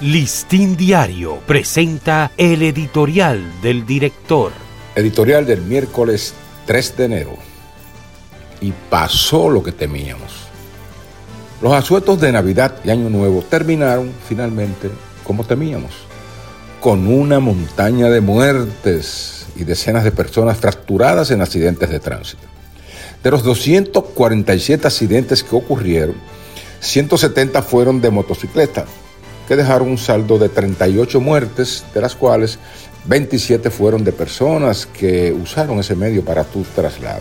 Listín Diario presenta el editorial del director. Editorial del miércoles 3 de enero. Y pasó lo que temíamos. Los asuetos de Navidad y Año Nuevo terminaron finalmente como temíamos, con una montaña de muertes y decenas de personas fracturadas en accidentes de tránsito. De los 247 accidentes que ocurrieron, 170 fueron de motocicleta, que dejaron un saldo de 38 muertes, de las cuales 27 fueron de personas que usaron ese medio para su traslado.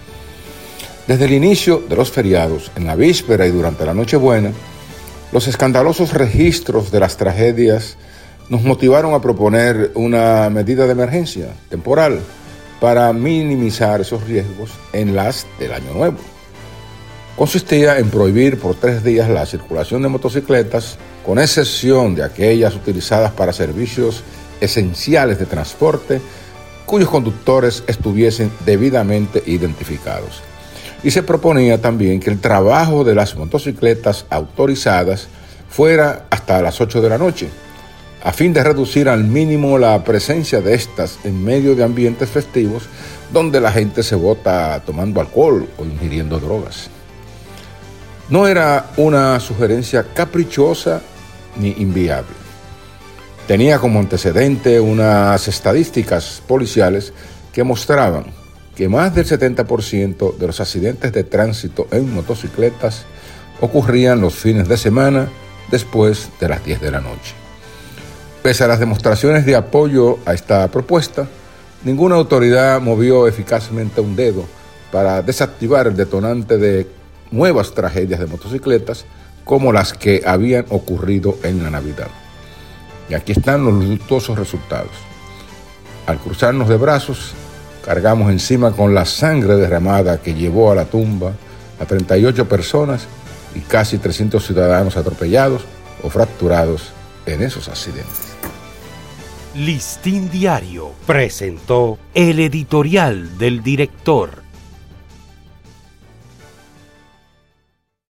Desde el inicio de los feriados, en la víspera y durante la Nochebuena, los escandalosos registros de las tragedias nos motivaron a proponer una medida de emergencia temporal para minimizar esos riesgos en las del Año Nuevo. Consistía en prohibir por 3 días la circulación de motocicletas, con excepción de aquellas utilizadas para servicios esenciales de transporte, cuyos conductores estuviesen debidamente identificados. Y se proponía también que el trabajo de las motocicletas autorizadas fuera hasta las 8 de la noche, a fin de reducir al mínimo la presencia de estas en medio de ambientes festivos donde la gente se bota tomando alcohol o ingiriendo drogas. No era una sugerencia caprichosa ni inviable. Tenía como antecedente unas estadísticas policiales que mostraban que más del 70% de los accidentes de tránsito en motocicletas ocurrían los fines de semana después de las 10 de la noche. Pese a las demostraciones de apoyo a esta propuesta, ninguna autoridad movió eficazmente un dedo para desactivar el detonante de nuevas tragedias de motocicletas como las que habían ocurrido en la Navidad. Y aquí están los luctuosos resultados. Al cruzarnos de brazos, cargamos encima con la sangre derramada que llevó a la tumba a 38 personas y casi 300 ciudadanos atropellados o fracturados en esos accidentes. Listín Diario presentó el editorial del director.